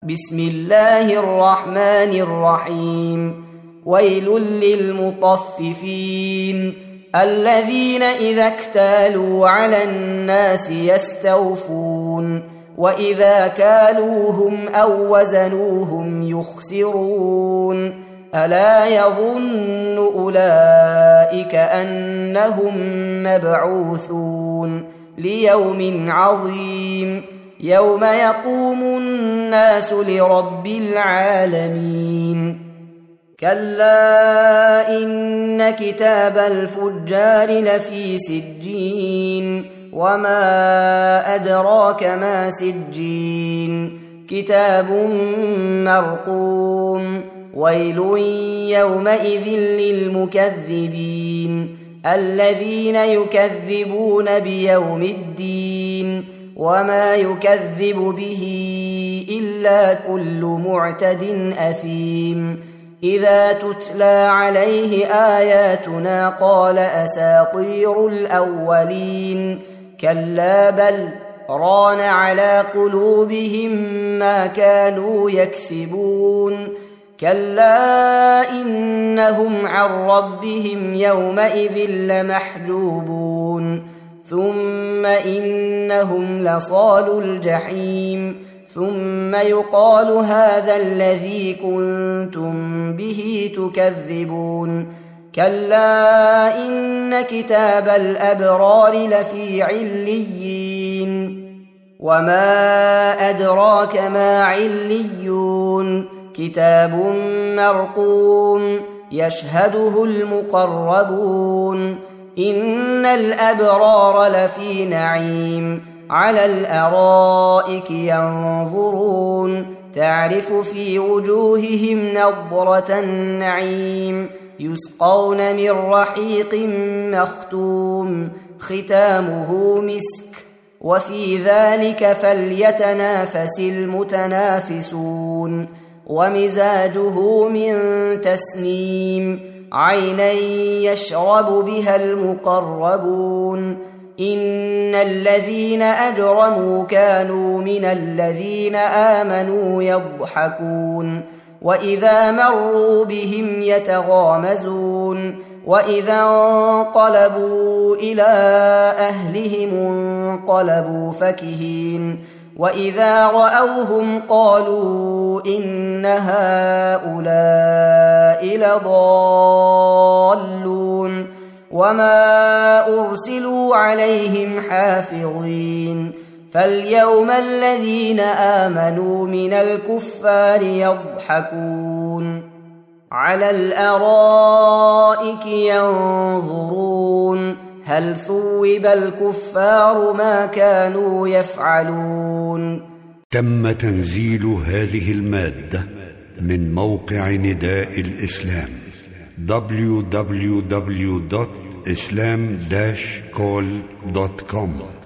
بسم الله الرحمن الرحيم. ويل للمطففين الذين إذا اكتالوا على الناس يستوفون وإذا كالوهم أو وزنوهم يخسرون ألا يظن أولئك أنهم مبعوثون ليوم عظيم يوم يقوم الناس لرب العالمين. كلا إن كتاب الفجار لفي سجين وما أدراك ما سجين كتاب مرقوم. ويل يومئذ للمكذبين الذين يكذبون بيوم الدين وما يكذب به إلا كل معتد أثيم. إذا تتلى عليه آياتنا قال أساطير الأولين كلا بل ران على قلوبهم ما كانوا يكسبون. كلا إنهم عن ربهم يومئذ لمحجوبون ثم إنهم لصالو الجحيم ثم يقال هذا الذي كنتم به تكذبون. كلا إن كتاب الأبرار لفي عليين وما أدراك ما عليون كتاب مرقوم يشهده المقربون. إن الأبرار لفي نعيم على الأرائك ينظرون تعرف في وجوههم نضرة النعيم يسقون من رحيق مختوم ختامه مسك وفي ذلك فليتنافس المتنافسون. ومزاجه من تسنيم عينا يشرب بها المقربون. إن الذين أجرموا كانوا من الذين آمنوا يضحكون وإذا مروا بهم يتغامزون وإذا انقلبوا إلى أهلهم انقلبوا فكهين وإذا رأوهم قالوا إن هؤلاء لضالون وما أرسلوا عليهم حافظين. فاليوم الذين آمنوا من الكفار يضحكون على الأرائك ينظرون هل ثوب الكفار ما كانوا يفعلون. تم تنزيل هذه المادة من موقع نداء الإسلام www.islam-call.com